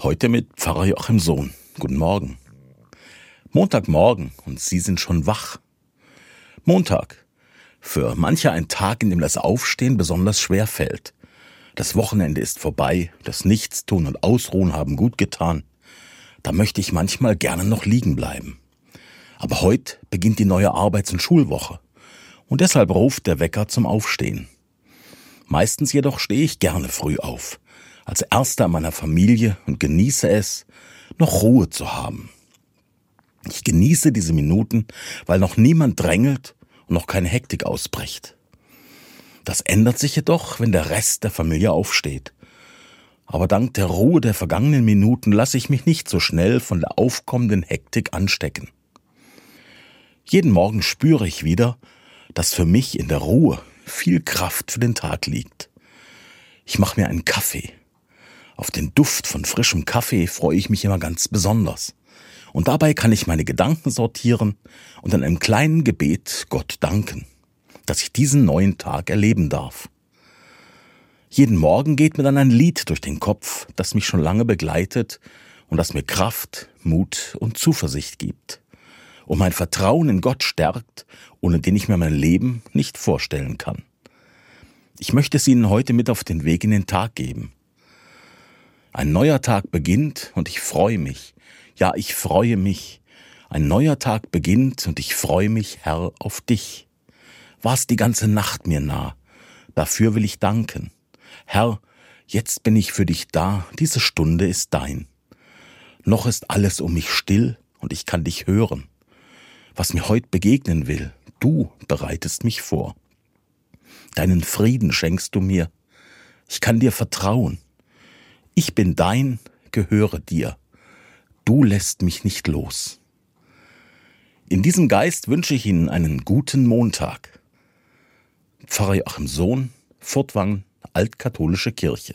Heute mit Pfarrer Joachim Sohn. Guten Morgen. Montagmorgen und Sie sind schon wach. Montag. Für manche ein Tag, in dem das Aufstehen besonders schwer fällt. Das Wochenende ist vorbei, das Nichtstun und Ausruhen haben gut getan. Da möchte ich manchmal gerne noch liegen bleiben. Aber heute beginnt die neue Arbeits- und Schulwoche. Und deshalb ruft der Wecker zum Aufstehen. Meistens jedoch stehe ich gerne früh auf, als Erster meiner Familie und genieße es, noch Ruhe zu haben. Ich genieße diese Minuten, weil noch niemand drängelt und noch keine Hektik ausbricht. Das ändert sich jedoch, wenn der Rest der Familie aufsteht. Aber dank der Ruhe der vergangenen Minuten lasse ich mich nicht so schnell von der aufkommenden Hektik anstecken. Jeden Morgen spüre ich wieder, dass für mich in der Ruhe viel Kraft für den Tag liegt. Ich mache mir einen Kaffee. Auf den Duft von frischem Kaffee freue ich mich immer ganz besonders. Und dabei kann ich meine Gedanken sortieren und in einem kleinen Gebet Gott danken, dass ich diesen neuen Tag erleben darf. Jeden Morgen geht mir dann ein Lied durch den Kopf, das mich schon lange begleitet und das mir Kraft, Mut und Zuversicht gibt und mein Vertrauen in Gott stärkt, ohne den ich mir mein Leben nicht vorstellen kann. Ich möchte es Ihnen heute mit auf den Weg in den Tag geben. Ein neuer Tag beginnt und ich freue mich. Ja, ich freue mich. Ein neuer Tag beginnt und ich freue mich, Herr, auf dich. Warst die ganze Nacht mir nah. Dafür will ich danken. Herr, jetzt bin ich für dich da. Diese Stunde ist dein. Noch ist alles um mich still und ich kann dich hören. Was mir heute begegnen will, du bereitest mich vor. Deinen Frieden schenkst du mir. Ich kann dir vertrauen. Ich bin dein, gehöre dir. Du lässt mich nicht los. In diesem Geist wünsche ich Ihnen einen guten Montag. Pfarrer Joachim Sohn, Furtwangen, Altkatholische Kirche.